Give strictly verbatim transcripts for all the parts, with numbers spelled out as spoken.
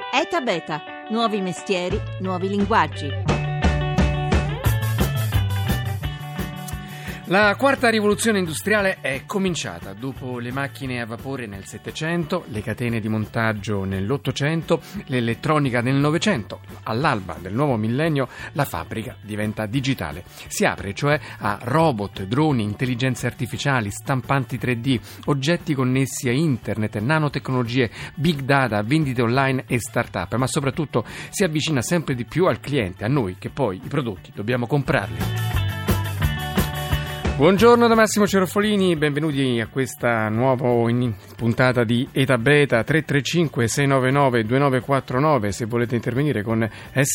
ETA Beta, nuovi mestieri, nuovi linguaggi. La quarta rivoluzione industriale è cominciata dopo le macchine a vapore nel Settecento, le catene di montaggio nell'Ottocento, l'elettronica nel Novecento. All'alba del nuovo millennio la fabbrica diventa digitale. Si apre cioè a robot, droni, intelligenze artificiali, stampanti tre D, oggetti connessi a internet, nanotecnologie, big data, vendite online e start-up, ma soprattutto si avvicina sempre di più al cliente, a noi che poi i prodotti dobbiamo comprarli. Buongiorno da Massimo Cerofolini, benvenuti a questa nuova puntata di ETA Beta. Tre tre cinque sei nove nove due nove quattro nove se volete intervenire con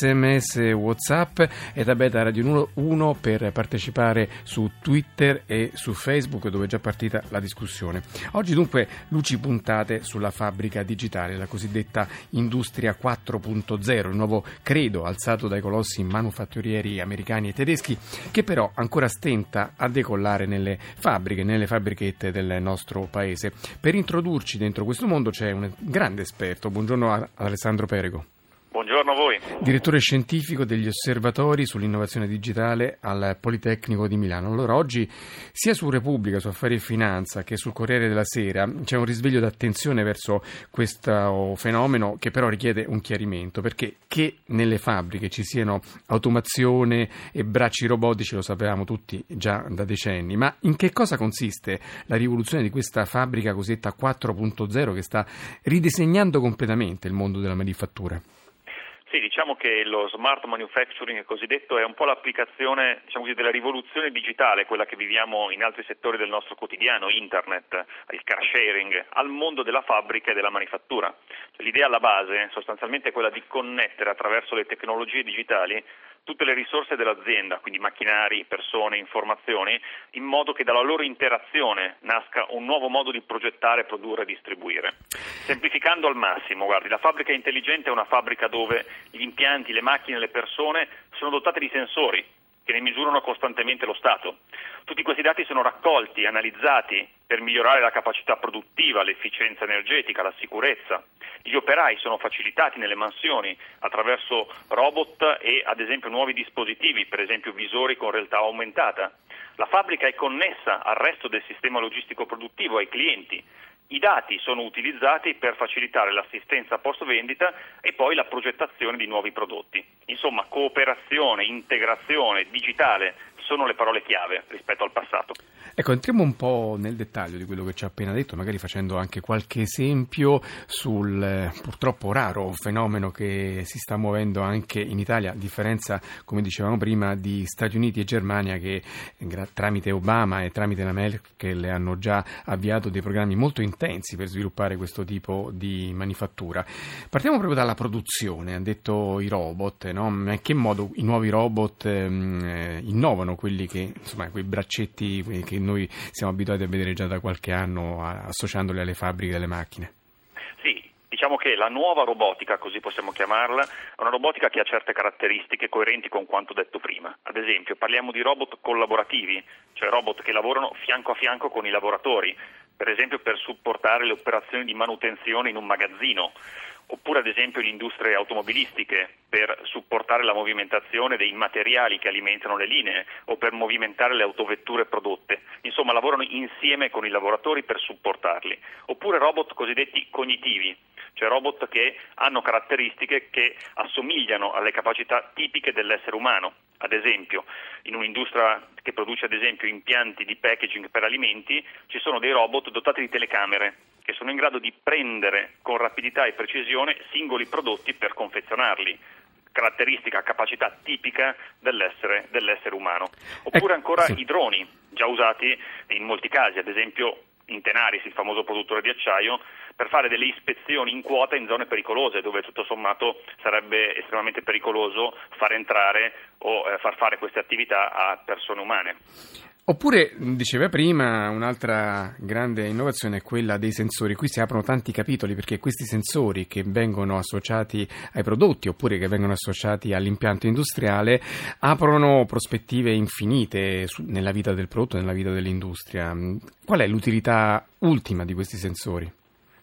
sms WhatsApp, ETA Beta Radio uno per partecipare su Twitter e su Facebook, dove è già partita la discussione. Oggi dunque luci puntate sulla fabbrica digitale, la cosiddetta Industria quattro punto zero, il nuovo credo alzato dai colossi manufatturieri americani e tedeschi, che però ancora stenta a decollare nelle fabbriche, nelle fabbrichette del nostro paese. Per introdurci dentro questo mondo c'è un grande esperto. Buongiorno a Alessandro Perego. Buongiorno a voi. Direttore scientifico degli osservatori sull'innovazione digitale al Politecnico di Milano. Allora, oggi sia su Repubblica, su Affari e Finanza, che sul Corriere della Sera c'è un risveglio d'attenzione verso questo fenomeno che però richiede un chiarimento, perché che nelle fabbriche ci siano automazione e bracci robotici lo sapevamo tutti già da decenni, ma in che cosa consiste la rivoluzione di questa fabbrica cosiddetta quattro punto zero che sta ridisegnando completamente il mondo della manifattura? Sì, diciamo che lo smart manufacturing cosiddetto è un po' l'applicazione, diciamo così, della rivoluzione digitale, quella che viviamo in altri settori del nostro quotidiano, internet, il car sharing, al mondo della fabbrica e della manifattura. Cioè, l'idea alla base sostanzialmente è quella di connettere attraverso le tecnologie digitali tutte le risorse dell'azienda, quindi macchinari, persone, informazioni, in modo che dalla loro interazione nasca un nuovo modo di progettare, produrre e distribuire. Semplificando al massimo, guardi, la fabbrica intelligente è una fabbrica dove gli impianti, le macchine, le persone sono dotate di sensori che ne misurano costantemente lo stato. Tutti questi dati sono raccolti, analizzati per migliorare la capacità produttiva, l'efficienza energetica, la sicurezza. Gli operai sono facilitati nelle mansioni attraverso robot e ad esempio nuovi dispositivi, per esempio visori con realtà aumentata. La fabbrica è connessa al resto del sistema logistico produttivo, ai clienti. I dati sono utilizzati per facilitare l'assistenza post vendita e poi la progettazione di nuovi prodotti. Insomma, cooperazione, integrazione, digitale sono le parole chiave rispetto al passato. Ecco, entriamo un po' nel dettaglio di quello che ci ha appena detto, magari facendo anche qualche esempio sul eh, purtroppo raro fenomeno che si sta muovendo anche in Italia, a differenza, come dicevamo prima, di Stati Uniti e Germania che gra- tramite Obama e tramite la Merkel hanno già avviato dei programmi molto intensi per sviluppare questo tipo di manifattura. Partiamo proprio dalla produzione, ha detto i robot, no? In che modo i nuovi robot ehm, innovano quelli che, insomma, quei braccetti che noi siamo abituati a vedere già da qualche anno, associandoli alle fabbriche delle macchine? Sì, diciamo che la nuova robotica, così possiamo chiamarla, è una robotica che ha certe caratteristiche coerenti con quanto detto prima. Ad esempio, parliamo di robot collaborativi, cioè robot che lavorano fianco a fianco con i lavoratori, per esempio per supportare le operazioni di manutenzione in un magazzino, oppure ad esempio in industrie automobilistiche per supportare la movimentazione dei materiali che alimentano le linee o per movimentare le autovetture prodotte. Insomma, lavorano insieme con i lavoratori per supportarli. Oppure robot cosiddetti cognitivi, cioè robot che hanno caratteristiche che assomigliano alle capacità tipiche dell'essere umano. Ad esempio, in un'industria che produce ad esempio impianti di packaging per alimenti, ci sono dei robot dotati di telecamere che sono in grado di prendere con rapidità e precisione singoli prodotti per confezionarli, caratteristica, capacità tipica dell'essere, dell'essere umano. Oppure ancora i droni, già usati in molti casi, ad esempio in Tenaris, il famoso produttore di acciaio, per fare delle ispezioni in quota in zone pericolose, dove tutto sommato sarebbe estremamente pericoloso far entrare o eh, far fare queste attività a persone umane. Oppure, diceva prima, un'altra grande innovazione è quella dei sensori. Qui si aprono tanti capitoli, perché questi sensori che vengono associati ai prodotti oppure che vengono associati all'impianto industriale aprono prospettive infinite nella vita del prodotto, nella vita dell'industria. Qual è l'utilità ultima di questi sensori?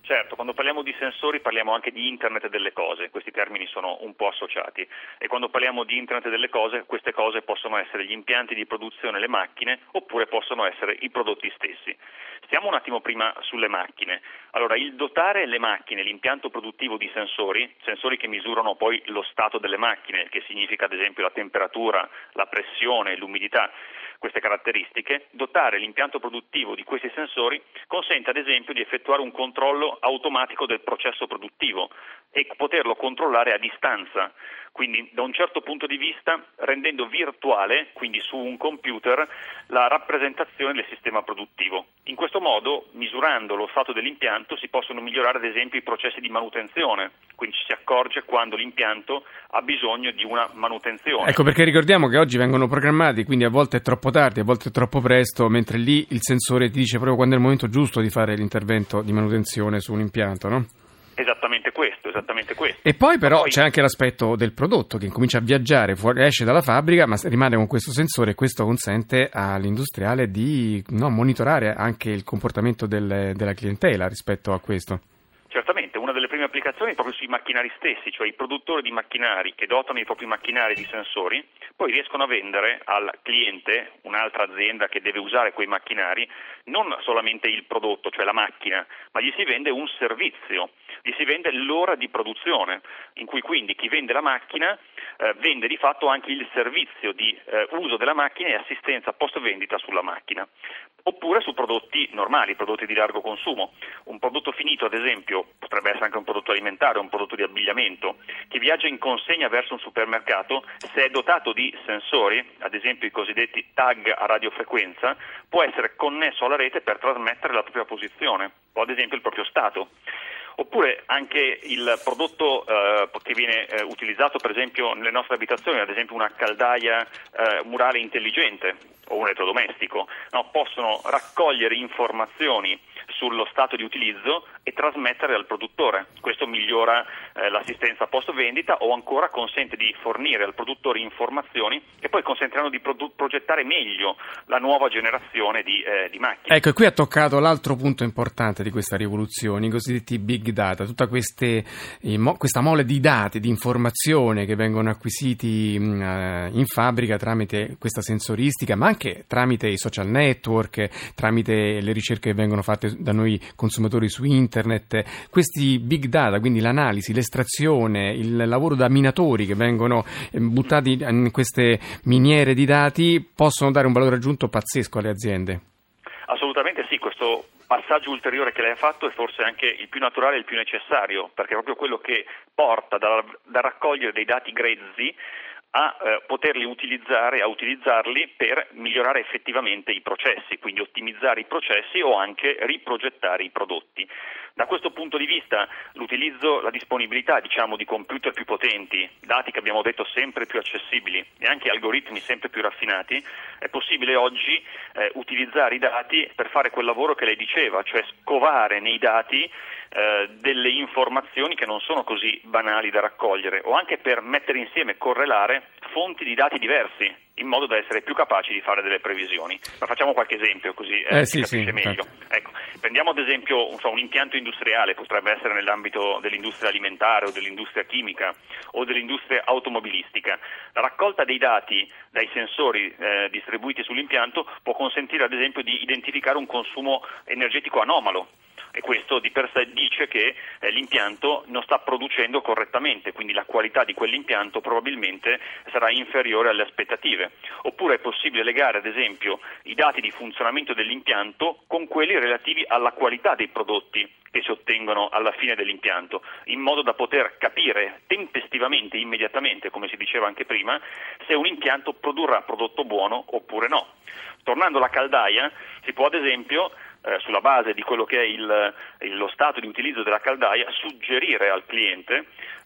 Certo, quando parliamo di sensori parliamo anche di Internet delle cose, questi termini sono un po' associati, e quando parliamo di Internet delle cose, queste cose possono essere gli impianti di produzione, le macchine, oppure possono essere i prodotti stessi. Stiamo un attimo prima sulle macchine. Allora, il dotare le macchine, l'impianto produttivo di sensori, sensori che misurano poi lo stato delle macchine, che significa ad esempio la temperatura, la pressione, l'umidità, queste caratteristiche, dotare l'impianto produttivo di questi sensori consente ad esempio di effettuare un controllo automatico del processo produttivo e poterlo controllare a distanza, quindi da un certo punto di vista rendendo virtuale, quindi su un computer, la rappresentazione del sistema produttivo. In questo modo, misurando lo stato dell'impianto, si possono migliorare ad esempio i processi di manutenzione, quindi ci si accorge quando l'impianto ha bisogno di una manutenzione. Ecco perché ricordiamo che oggi vengono programmati, quindi a volte è troppo tardi, a volte è troppo presto, mentre lì il sensore ti dice proprio quando è il momento giusto di fare l'intervento di manutenzione su un impianto, no? Esattamente questo, esattamente questo. E poi però poi... c'è anche l'aspetto del prodotto che comincia a viaggiare, fuori, esce dalla fabbrica, ma rimane con questo sensore e questo consente all'industriale di no, monitorare anche il comportamento del, della clientela rispetto a questo. Certamente, una delle prime applicazioni è proprio sui macchinari stessi, cioè i produttori di macchinari che dotano i propri macchinari di sensori, poi riescono a vendere al cliente, un'altra azienda che deve usare quei macchinari, non solamente il prodotto, cioè la macchina, ma gli si vende un servizio, gli si vende l'ora di produzione, in cui quindi chi vende la macchina eh, vende di fatto anche il servizio di eh, uso della macchina e assistenza post vendita sulla macchina. Oppure su prodotti normali, prodotti di largo consumo. Un prodotto finito, ad esempio, potrebbe essere anche un prodotto alimentare, un prodotto di abbigliamento, che viaggia in consegna verso un supermercato, se è dotato di sensori, ad esempio i cosiddetti tag a radiofrequenza, può essere connesso alla rete per trasmettere la propria posizione, o ad esempio il proprio stato. Oppure anche il prodotto eh, che viene eh, utilizzato per esempio nelle nostre abitazioni, ad esempio una caldaia eh, murale intelligente o un elettrodomestico, no, possono raccogliere informazioni sullo stato di utilizzo e trasmettere al produttore. Questo migliora eh, l'assistenza post vendita o ancora consente di fornire al produttore informazioni che poi consentiranno di produ- progettare meglio la nuova generazione di, eh, di macchine. Ecco, e qui ha toccato l'altro punto importante di questa rivoluzione, i cosiddetti big data, tutta queste, eh, mo, questa mole di dati, di informazione che vengono acquisiti mh, in fabbrica tramite questa sensoristica, ma anche tramite i social network, tramite le ricerche che vengono fatte da noi consumatori su internet. Questi big data, quindi l'analisi, l'estrazione, il lavoro da minatori che vengono buttati in queste miniere di dati, possono dare un valore aggiunto pazzesco alle aziende. Assolutamente sì, questo passaggio ulteriore che lei ha fatto è forse anche il più naturale e il più necessario, perché è proprio quello che porta da, da raccogliere dei dati grezzi a eh, poterli utilizzare, a utilizzarli per migliorare effettivamente i processi, quindi ottimizzare i processi o anche riprogettare i prodotti. Da questo punto di vista l'utilizzo, la disponibilità diciamo di computer più potenti, dati che abbiamo detto sempre più accessibili e anche algoritmi sempre più raffinati, è possibile oggi eh, utilizzare i dati per fare quel lavoro che lei diceva, cioè scovare nei dati eh, delle informazioni che non sono così banali da raccogliere o anche per mettere insieme, correlare fonti di dati diversi in modo da essere più capaci di fare delle previsioni. Ma facciamo qualche esempio così eh, eh, si sì, capisce sì, meglio. Ecco, prendiamo ad esempio un, un impianto industriale, potrebbe essere nell'ambito dell'industria alimentare o dell'industria chimica o dell'industria automobilistica. La raccolta dei dati dai sensori eh, distribuiti sull'impianto può consentire ad esempio di identificare un consumo energetico anomalo. E questo di per sé dice che eh, l'impianto non sta producendo correttamente, quindi la qualità di quell'impianto probabilmente sarà inferiore alle aspettative. Oppure è possibile legare ad esempio i dati di funzionamento dell'impianto con quelli relativi alla qualità dei prodotti che si ottengono alla fine dell'impianto, in modo da poter capire tempestivamente, immediatamente, come si diceva anche prima, se un impianto produrrà prodotto buono oppure no. Tornando alla caldaia, si può ad esempio Eh, sulla base di quello che è il, il, lo stato di utilizzo della caldaia, suggerire al cliente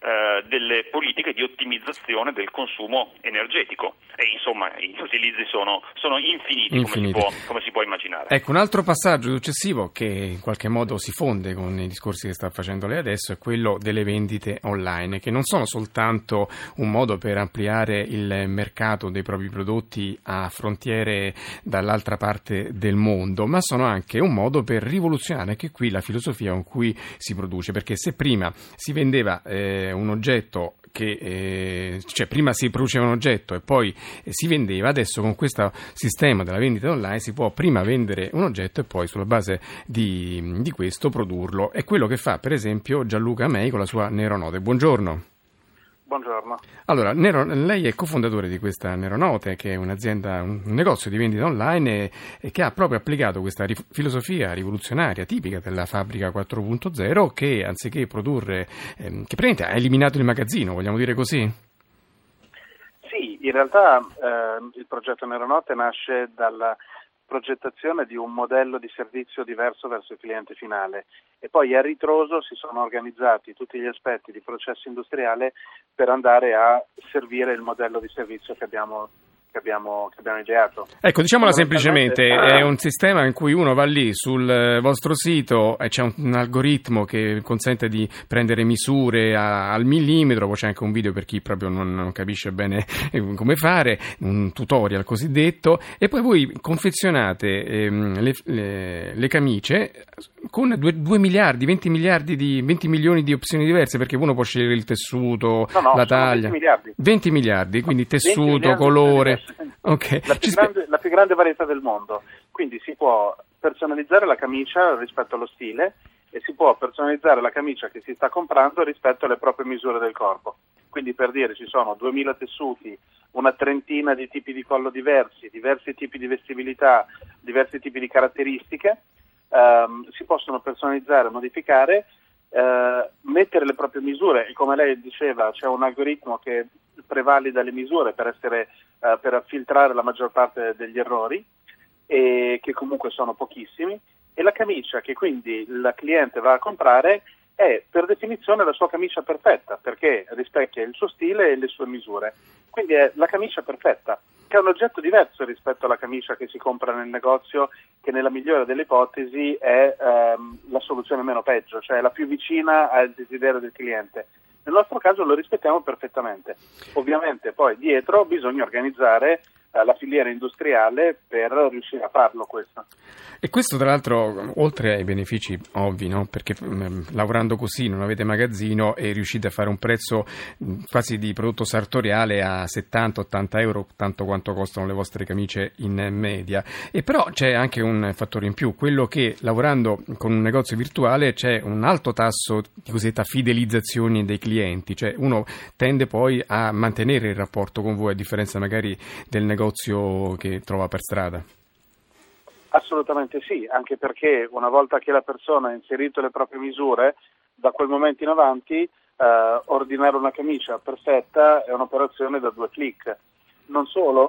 eh, delle politiche di ottimizzazione del consumo energetico e insomma gli utilizzi sono, sono infiniti, infiniti. Come, si può, come si può immaginare. Ecco, un altro passaggio successivo che in qualche modo si fonde con i discorsi che sta facendo lei adesso è quello delle vendite online, che non sono soltanto un modo per ampliare il mercato dei propri prodotti a frontiere dall'altra parte del mondo, ma sono anche un modo per rivoluzionare anche qui la filosofia con cui si produce, perché se prima si vendeva eh, un oggetto che eh, cioè prima si produceva un oggetto e poi eh, si vendeva, adesso con questo sistema della vendita online si può prima vendere un oggetto e poi sulla base di, di questo produrlo. È quello che fa per esempio Gianluca Mei con la sua Neronote. Buongiorno. Buongiorno. Allora, Nero, lei è cofondatore di questa Neronote, che è un'azienda, un negozio di vendita online e, e che ha proprio applicato questa ri- filosofia rivoluzionaria tipica della fabbrica quattro punto zero, che anziché produrre, ehm, che praticamente ha eliminato il magazzino, vogliamo dire così? Sì, in realtà eh, il progetto Neronote nasce dalla progettazione di un modello di servizio diverso verso il cliente finale e poi a ritroso si sono organizzati tutti gli aspetti di processo industriale per andare a servire il modello di servizio che abbiamo Che abbiamo, che abbiamo ideato. Ecco, diciamola semplicemente, è un sistema in cui uno va lì sul vostro sito e c'è un, un algoritmo che consente di prendere misure a, al millimetro, poi c'è anche un video per chi proprio non, non capisce bene come fare, un tutorial cosiddetto, e poi voi confezionate ehm, le, le, le camicie con due miliardi, venti miliardi di venti milioni di opzioni diverse, perché uno può scegliere il tessuto, no, no, la taglia. venti miliardi. venti miliardi, quindi tessuto, colore. Okay. La, più grande, la più grande varietà del mondo, quindi si può personalizzare la camicia rispetto allo stile e si può personalizzare la camicia che si sta comprando rispetto alle proprie misure del corpo. Quindi, per dire, ci sono duemila tessuti, una trentina di tipi di collo diversi, diversi tipi di vestibilità, diversi tipi di caratteristiche, ehm, si possono personalizzare, modificare, eh, mettere le proprie misure, e come lei diceva c'è un algoritmo che prevalida le misure per essere uh, per filtrare la maggior parte degli errori, e che comunque sono pochissimi, e la camicia che quindi il cliente va a comprare è per definizione la sua camicia perfetta, perché rispecchia il suo stile e le sue misure, quindi è la camicia perfetta, che è un oggetto diverso rispetto alla camicia che si compra nel negozio, che nella migliore delle ipotesi è um, la soluzione meno peggio, cioè la più vicina al desiderio del cliente. Nel nostro caso lo rispettiamo perfettamente. Ovviamente poi dietro bisogna organizzare eh, la filiera industriale per riuscire a farlo questo. E questo tra l'altro, oltre ai benefici ovvi, no? Perché mh, lavorando così non avete magazzino e riuscite a fare un prezzo mh, quasi di prodotto sartoriale a settanta ottanta euro, tanto quanto costano le vostre camicie in media. E però c'è anche un fattore in più, quello che lavorando con un negozio virtuale c'è un alto tasso di cosiddetta fidelizzazione dei clienti, cioè uno tende poi a mantenere il rapporto con voi, a differenza magari del negozio che trova per strada. Assolutamente sì, anche perché una volta che la persona ha inserito le proprie misure, da quel momento in avanti eh, ordinare una camicia perfetta è un'operazione da due clic. Non solo,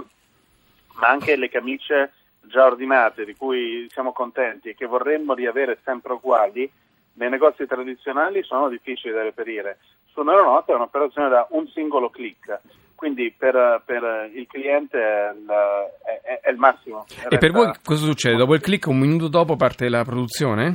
ma anche le camicie già ordinate, di cui siamo contenti e che vorremmo riavere sempre uguali, nei negozi tradizionali sono difficili da reperire. Su Neronote è un'operazione da un singolo clic. Quindi per, per il cliente è il, è, è il massimo. E Resta... per voi cosa succede? Dopo il click, un minuto dopo parte la produzione?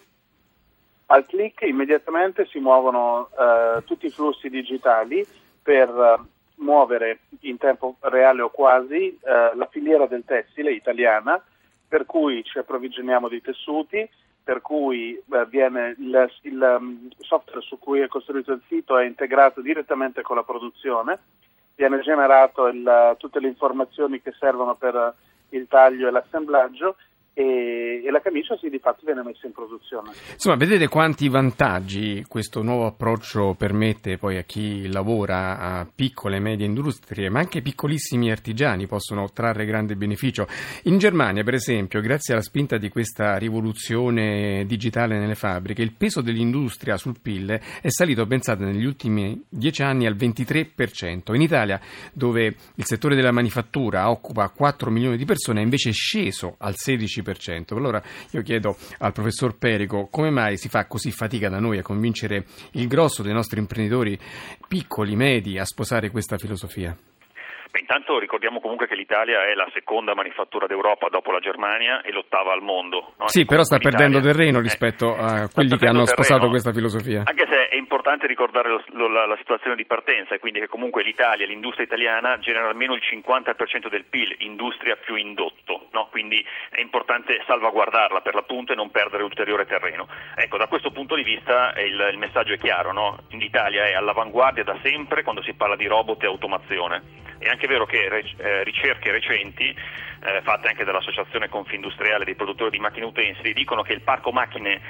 Al click immediatamente si muovono uh, tutti i flussi digitali per uh, muovere in tempo reale o quasi uh, la filiera del tessile italiana, per cui ci approvvigioniamo di tessuti, per cui uh, viene il, il um, software su cui è costruito il sito è integrato direttamente con la produzione. Viene generato il, tutte le informazioni che servono per il taglio e l'assemblaggio e, e la camicia sì, di fatto viene messa in produzione. Insomma, vedete quanti vantaggi questo nuovo approccio permette poi a chi lavora a piccole e medie industrie, ma anche piccolissimi artigiani possono trarre grande beneficio. In Germania, per esempio, grazie alla spinta di questa rivoluzione digitale nelle fabbriche, il peso dell'industria sul P I L è salito, pensate, negli ultimi dieci anni al ventitré per cento. In Italia, dove il settore della manifattura occupa quattro milioni di persone, è invece sceso al sedici per cento. per cento. Allora io chiedo al professor Perico come mai si fa così fatica da noi a convincere il grosso dei nostri imprenditori piccoli, medi, a sposare questa filosofia. Beh, intanto ricordiamo comunque che l'Italia è la seconda manifattura d'Europa dopo la Germania e l'ottava al mondo. No? Sì, però sta perdendo Italia, terreno rispetto eh, a quelli che hanno sposato terreno, questa filosofia. Anche se è importante ricordare lo, lo, la, la situazione di partenza, e quindi che comunque l'Italia, l'industria italiana genera almeno il cinquanta per cento del P I L, industria più indotto, no? Quindi è importante salvaguardarla per l'appunto e non perdere ulteriore terreno. Ecco, da questo punto di vista il, il messaggio è chiaro, no? L'Italia è all'avanguardia da sempre quando si parla di robot e automazione. È anche vero che eh, ricerche recenti, eh, fatte anche dall'Associazione Confindustriale dei produttori di macchine utensili, dicono che il parco macchine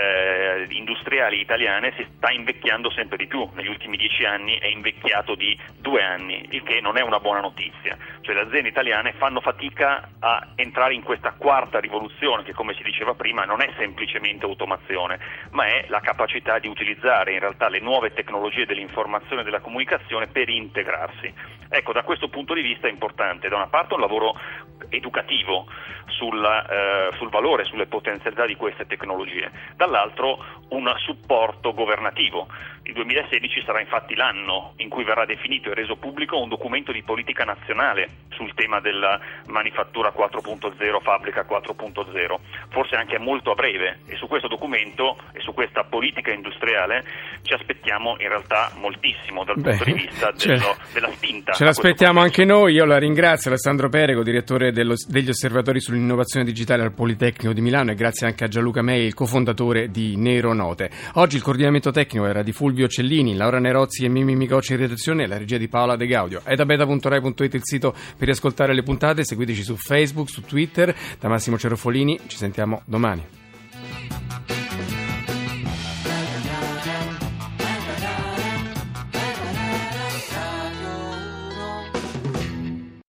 eh, industriali italiane si sta invecchiando sempre di più. Negli ultimi dieci anni è invecchiato di due anni, il che non è una buona notizia. Cioè le aziende italiane fanno fatica a entrare in questa quarta rivoluzione che, come si diceva prima, non è semplicemente automazione, ma è la capacità di utilizzare in realtà le nuove tecnologie dell'informazione e della comunicazione per integrarsi. Ecco, da questo punto di vista è importante, da una parte un lavoro educativo sulla, eh, sul valore, sulle potenzialità di queste tecnologie, dall'altro un supporto governativo. Il duemilasedici sarà infatti l'anno in cui verrà definito e reso pubblico un documento di politica nazionale sul tema della manifattura quattro punto zero, fabbrica quattro punto zero, forse anche molto a breve, e su questo documento e su questa politica industriale ci aspettiamo in realtà moltissimo dal punto Beh, di vista dello, della spinta. Ce l'aspettiamo anche noi. Io la ringrazio, Alessandro Perico, direttore dello, degli osservatori sull'innovazione digitale al Politecnico di Milano, e grazie anche a Gianluca Mei, il cofondatore di Neuronote. Oggi il coordinamento tecnico era di Fulvio Cellini, Laura Nerozzi e Mimmi Micocci in redazione, e la regia di Paola De Gaudio. etabeta punto rai punto it il sito per riascoltare le puntate, seguiteci su Facebook, su Twitter. Da Massimo Cerofolini ci sentiamo domani.